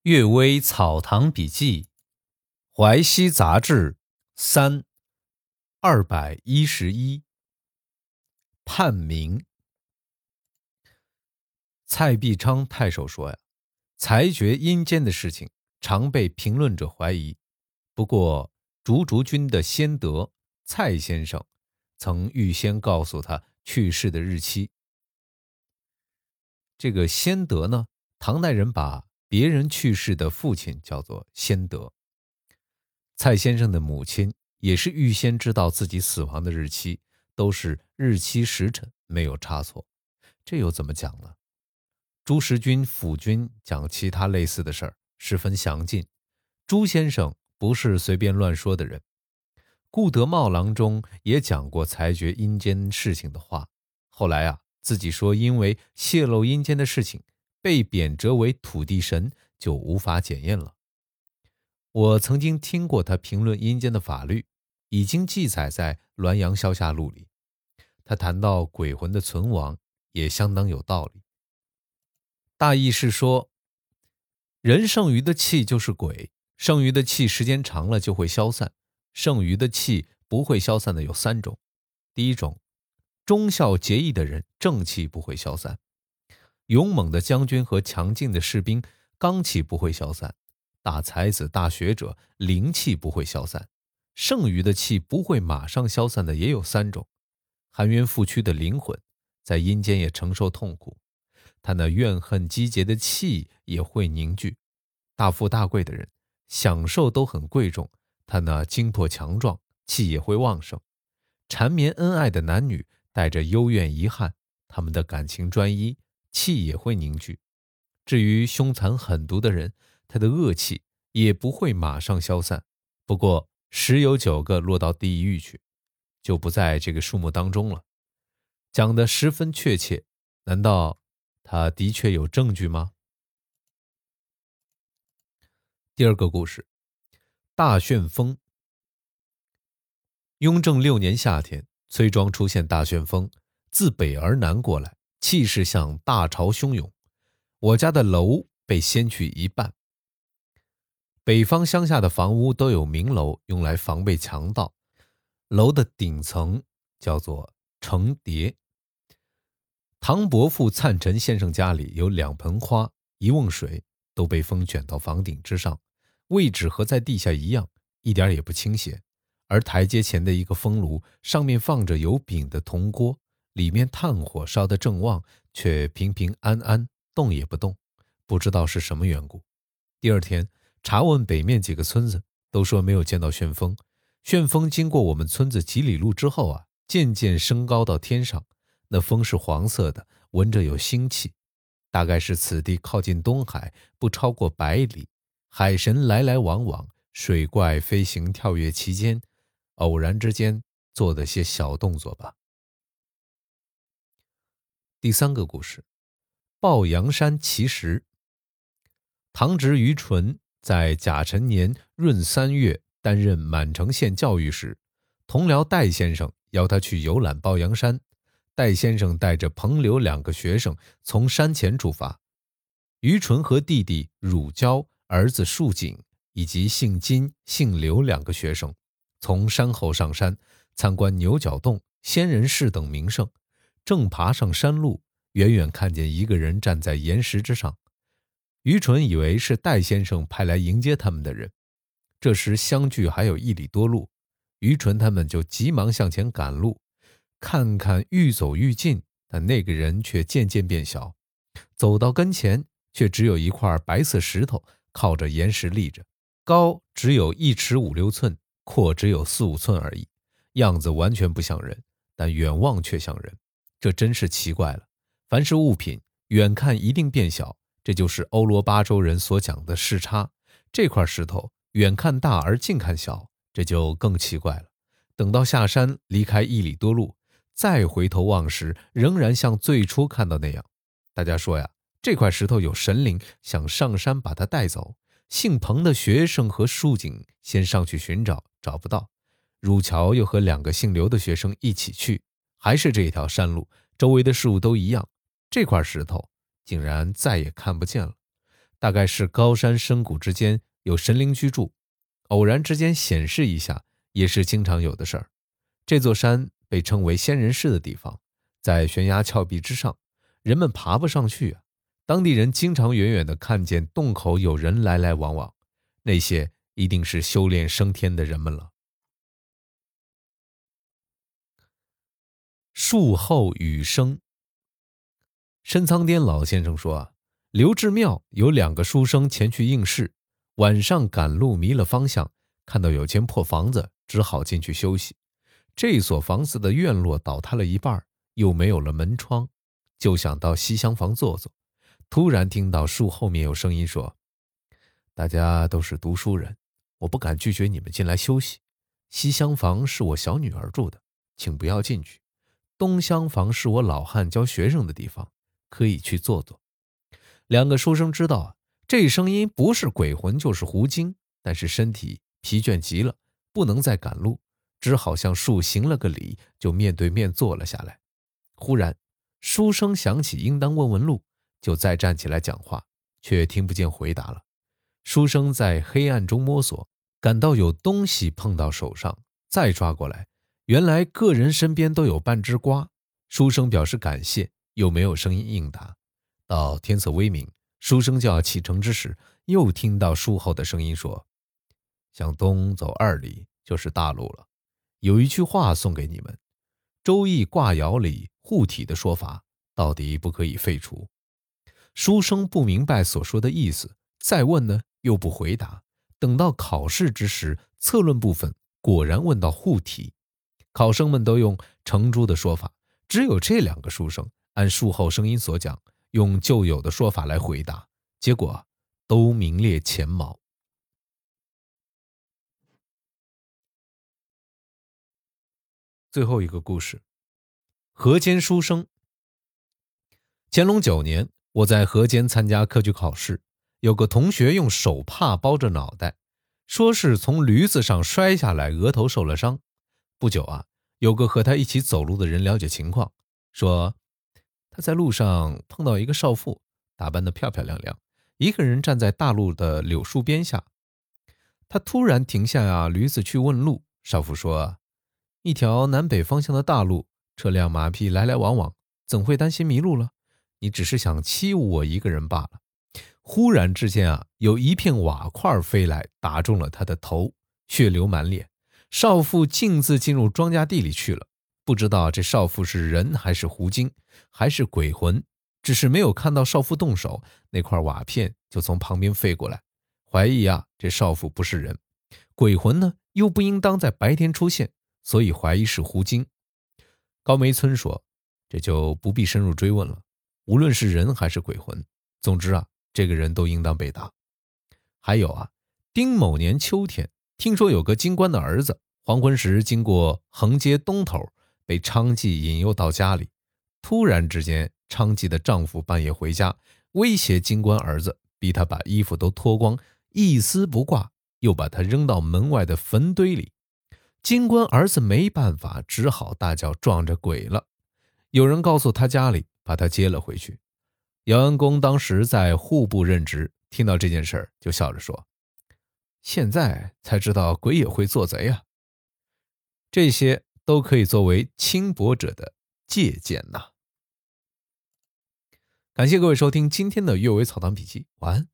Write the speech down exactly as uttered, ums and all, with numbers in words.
阅微草堂笔记，淮西杂志三二百一十一。判明。蔡必昌太守说呀，裁决阴间的事情常被评论者怀疑。不过，竹竹君的先德蔡先生曾预先告诉他去世的日期。这个先德呢，唐代人把别人去世的父亲叫做先德。蔡先生的母亲也是预先知道自己死亡的日期，都是日期时辰没有差错。这又怎么讲呢？朱时君辅君讲其他类似的事儿十分详尽，朱先生不是随便乱说的人。顾德茂郎中也讲过裁决阴间事情的话，后来啊，自己说因为泄露阴间的事情被贬谪为土地神，就无法检验了。我曾经听过他评论阴间的法律，已经记载在《滦阳消夏录》里。他谈到鬼魂的存亡也相当有道理。大意是说，人剩余的气就是鬼，剩余的气时间长了就会消散。剩余的气不会消散的有三种。第一种，忠孝节义的人正气不会消散，勇猛的将军和强劲的士兵刚气不会消散，大才子大学者灵气不会消散。剩余的气不会马上消散的也有三种。含冤负屈的灵魂在阴间也承受痛苦，他那怨恨积结的气也会凝聚。大富大贵的人享受都很贵重，他那精魄强壮，气也会旺盛。缠绵恩爱的男女带着幽怨遗憾，他们的感情专一，气也会凝聚。至于凶残狠毒的人，他的恶气也不会马上消散，不过十有九个落到地狱去，就不在这个数目当中了。讲得十分确切，难道他的确有证据吗？第二个故事，大旋风。雍正六年夏天，崔庄出现大旋风，自北而南过来，气势像大潮汹涌。我家的楼被掀去一半。北方乡下的房屋都有明楼，用来防备强盗。楼的顶层叫做承叠。唐伯父灿臣先生家里有两盆花，一瓮水，都被风卷到房顶之上，位置和在地下一样，一点也不倾斜。而台阶前的一个风炉，上面放着有柄的铜锅，里面炭火烧得正旺，却平平安安，动也不动，不知道是什么缘故。第二天查问北面几个村子，都说没有见到旋风。旋风经过我们村子几里路之后啊，渐渐升高到天上，那风是黄色的，闻着有腥气，大概是此地靠近东海，不超过百里，海神来来往往，水怪飞行跳跃其间，偶然之间做的些小动作吧。第三个故事，抱阳山奇石。唐侄于纯在甲辰年闰三月担任满城县教育时，同僚戴先生邀他去游览抱阳山。戴先生带着彭刘两个学生从山前出发，于纯和弟弟汝交、儿子树景以及姓金、姓刘两个学生从山后上山，参观牛角洞、仙人市等名胜。正爬上山路，远远看见一个人站在岩石之上。于纯以为是戴先生派来迎接他们的人。这时相距还有一里多路，于纯他们就急忙向前赶路。看看愈走愈近，但那个人却渐渐变小。走到跟前，却只有一块白色石头靠着岩石立着，高只有一尺五六寸，阔只有四五寸而已，样子完全不像人，但远望却像人。这真是奇怪了，凡是物品远看一定变小，这就是欧罗巴洲人所讲的视差。这块石头远看大而近看小，这就更奇怪了。等到下山离开一里多路，再回头望时，仍然像最初看到那样。大家说呀，这块石头有神灵，想上山把它带走。姓彭的学生和树井先上去寻找，找不到。汝桥又和两个姓刘的学生一起去，还是这条山路，周围的事物都一样，这块石头竟然再也看不见了。 大概是高山深谷之间有神灵居住，偶然之间显示一下也是经常有的事儿。这座山被称为仙人市的地方，在悬崖峭壁之上，人们爬不上去啊。当地人经常远远地看见洞口有人来来往往，那些一定是修炼升天的人们了。树后雨声。申苍颠老先生说啊，刘志庙有两个书生前去应试，晚上赶路迷了方向，看到有间破房子，只好进去休息。这所房子的院落倒塌了一半，又没有了门窗，就想到西厢房坐坐。突然听到树后面有声音说，大家都是读书人，我不敢拒绝你们进来休息。西厢房是我小女儿住的，请不要进去。东厢房是我老汉教学生的地方，可以去坐坐。两个书生知道啊，这声音不是鬼魂就是狐精，但是身体疲倦极了，不能再赶路，只好向树行了个礼，就面对面坐了下来。忽然书生想起应当问问路，就再站起来讲话，却听不见回答了。书生在黑暗中摸索，感到有东西碰到手上，再抓过来，原来个人身边都有半只瓜。书生表示感谢，又没有声音应答。到天色微明，书生就要启程之时，又听到树后的声音说，向东走二里就是大路了。有一句话送给你们，周易卦爻里护体的说法到底不可以废除。书生不明白所说的意思，再问呢又不回答。等到考试之时，策论部分果然问到护体，考生们都用程朱的说法，只有这两个书生按术后声音所讲，用旧有的说法来回答，结果都名列前茅。最后一个故事，河间书生。乾隆九年，我在河间参加科举考试，有个同学用手帕包着脑袋，说是从驴子上摔下来，额头受了伤。不久啊，有个和他一起走路的人了解情况，说他在路上碰到一个少妇，打扮得漂漂亮亮，一个人站在大路的柳树边下。他突然停下啊，驴子去问路。少妇说，一条南北方向的大路，车辆马匹来来往往，怎会担心迷路了？你只是想欺侮我一个人罢了。忽然之间啊，有一片瓦块飞来，打中了他的头，血流满脸。少妇径自进入庄稼地里去了。不知道这少妇是人还是狐精，还是鬼魂，只是没有看到少妇动手，那块瓦片就从旁边飞过来，怀疑啊，这少妇不是人，鬼魂呢又不应当在白天出现，所以怀疑是狐精。高梅村说，这就不必深入追问了，无论是人还是鬼魂，总之啊，这个人都应当被打。还有啊，丁某年秋天，听说有个京官的儿子黄昏时经过横街东头，被娼妓引诱到家里。突然之间，娼妓的丈夫半夜回家，威胁京官儿子，逼他把衣服都脱光，一丝不挂，又把他扔到门外的坟堆里。京官儿子没办法，只好大叫撞着鬼了。有人告诉他家里，把他接了回去。姚恩公当时在户部任职，听到这件事就笑着说，现在才知道鬼也会做贼啊。这些都可以作为轻薄者的借鉴呐。感谢各位收听今天的阅微草堂笔记，晚安。